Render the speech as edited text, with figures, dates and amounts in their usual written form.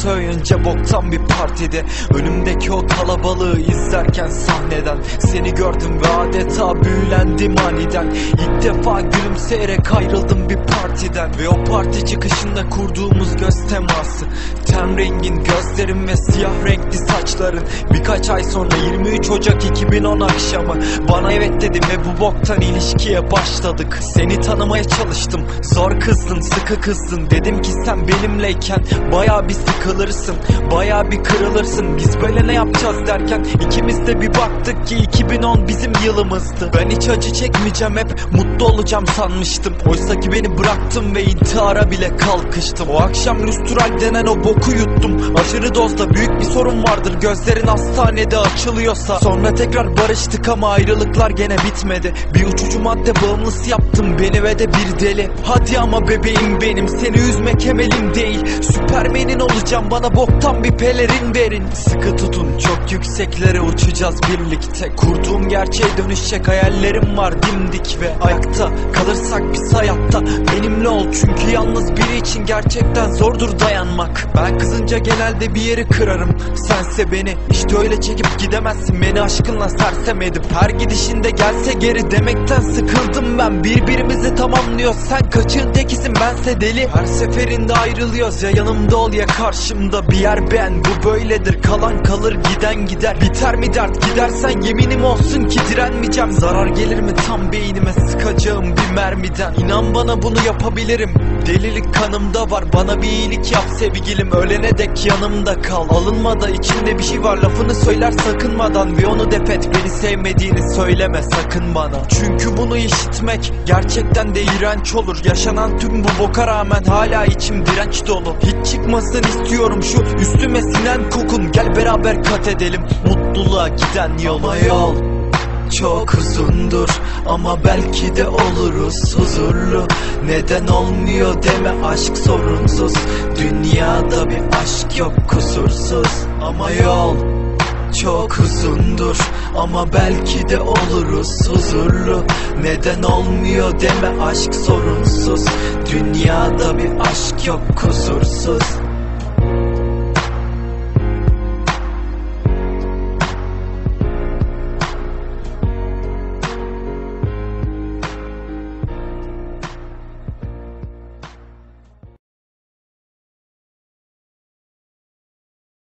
soyunca boktan bir partide, önümdeki o kalabalığı izlerken sahneden seni gördüm ve adeta büyülendim aniden. İlk defa gülümseyerek ayrıldım bir partiden ve o parti çıkışında kurduğumuz göz teması, ten rengin gözlerin ve siyah renkli saçların. Birkaç ay sonra 23 Ocak 2010 akşamı bana evet dedim ve bu boktan ilişkiye başladık. Seni tanımaya çalıştım, zor kızdın, sıkı kızdın. Dedim ki sen benimleyken baya bir sıkılırsın, baya bir kırılırsın. Biz böyle ne yapacağız derken ikimiz de bir baktık ki 2010 bizim yılımızdı. Ben hiç acı çekmeyeceğim, hep mutlu olacağım sanmıştım. Oysa ki beni bıraktım ve intihara bile kalkıştım. O akşam Lustral denen o boku yuttum. Aşırı dozda büyük bir sorun vardır, gözlerin hastanede açılıyorsa. Sonra tekrar barıştık ama ayrılıklar gene bitmedi. Bir uçucu madde bağımlısı yaptın beni ve de bir deli. Hadi ama bebeğim benim, seni üzmek emelim değil. Süpermenin olacağım, bana boktan bir pelerin verin. Sıkı tutun, çok yükseklere uçacağız birlikte. Kurduğum gerçeğe dönüşecek hayallerim var dimdik ve ayakta kalırsak biz hayatta benimle ol. Çünkü yalnız biri için gerçekten zordur dayanmak. Ben kızınca genelde bir yeri kırarım, sense beni işte öyle çekip gidemezsin. Beni aşkınla sersem edip her gidişinde gelse geri demekten sıkıldım ben. Birbirimizi tamamlıyoruz, sen kaçığın tekisin, bense deli. Her seferinde ayrılıyoruz, ya yanımda ol ya karşımda. Bir yer ben, bu böyledir, kalan kalır giden gider. Biter mi dert, gidersen yeminim olsun ki direnmeyeceğim. Zarar gelir mi tam beynime sıkacağım bir mermiden. İnan bana bunu yapabilirim, delilik kanımda var. Bana bir iyilik yap sevgilim, ölene dek yanımda kal. Alınma da içinde bir şey var, lafını söyler sakınmadan ve onu defet. Beni sevmediğini söyleme sakın bana. Çünkü bunu işitmek gerçekten de iğrenç olur. Yaşanan tüm bu boka rağmen hala içim direnç dolu. Hiç çıkmasın istiyorum şu üstüme sinen kokun. Gel beraber kat edelim mutluluğa giden yol. Ama yol çok uzundur ama belki de oluruz huzurlu. Neden olmuyor deme, aşk sorunsuz. Dünyada bir aşk yok kusursuz. Ama yol çok uzundur ama belki de oluruz huzurlu. Neden olmuyor deme, aşk sorunsuz. Dünyada bir aşk yok kusursuz.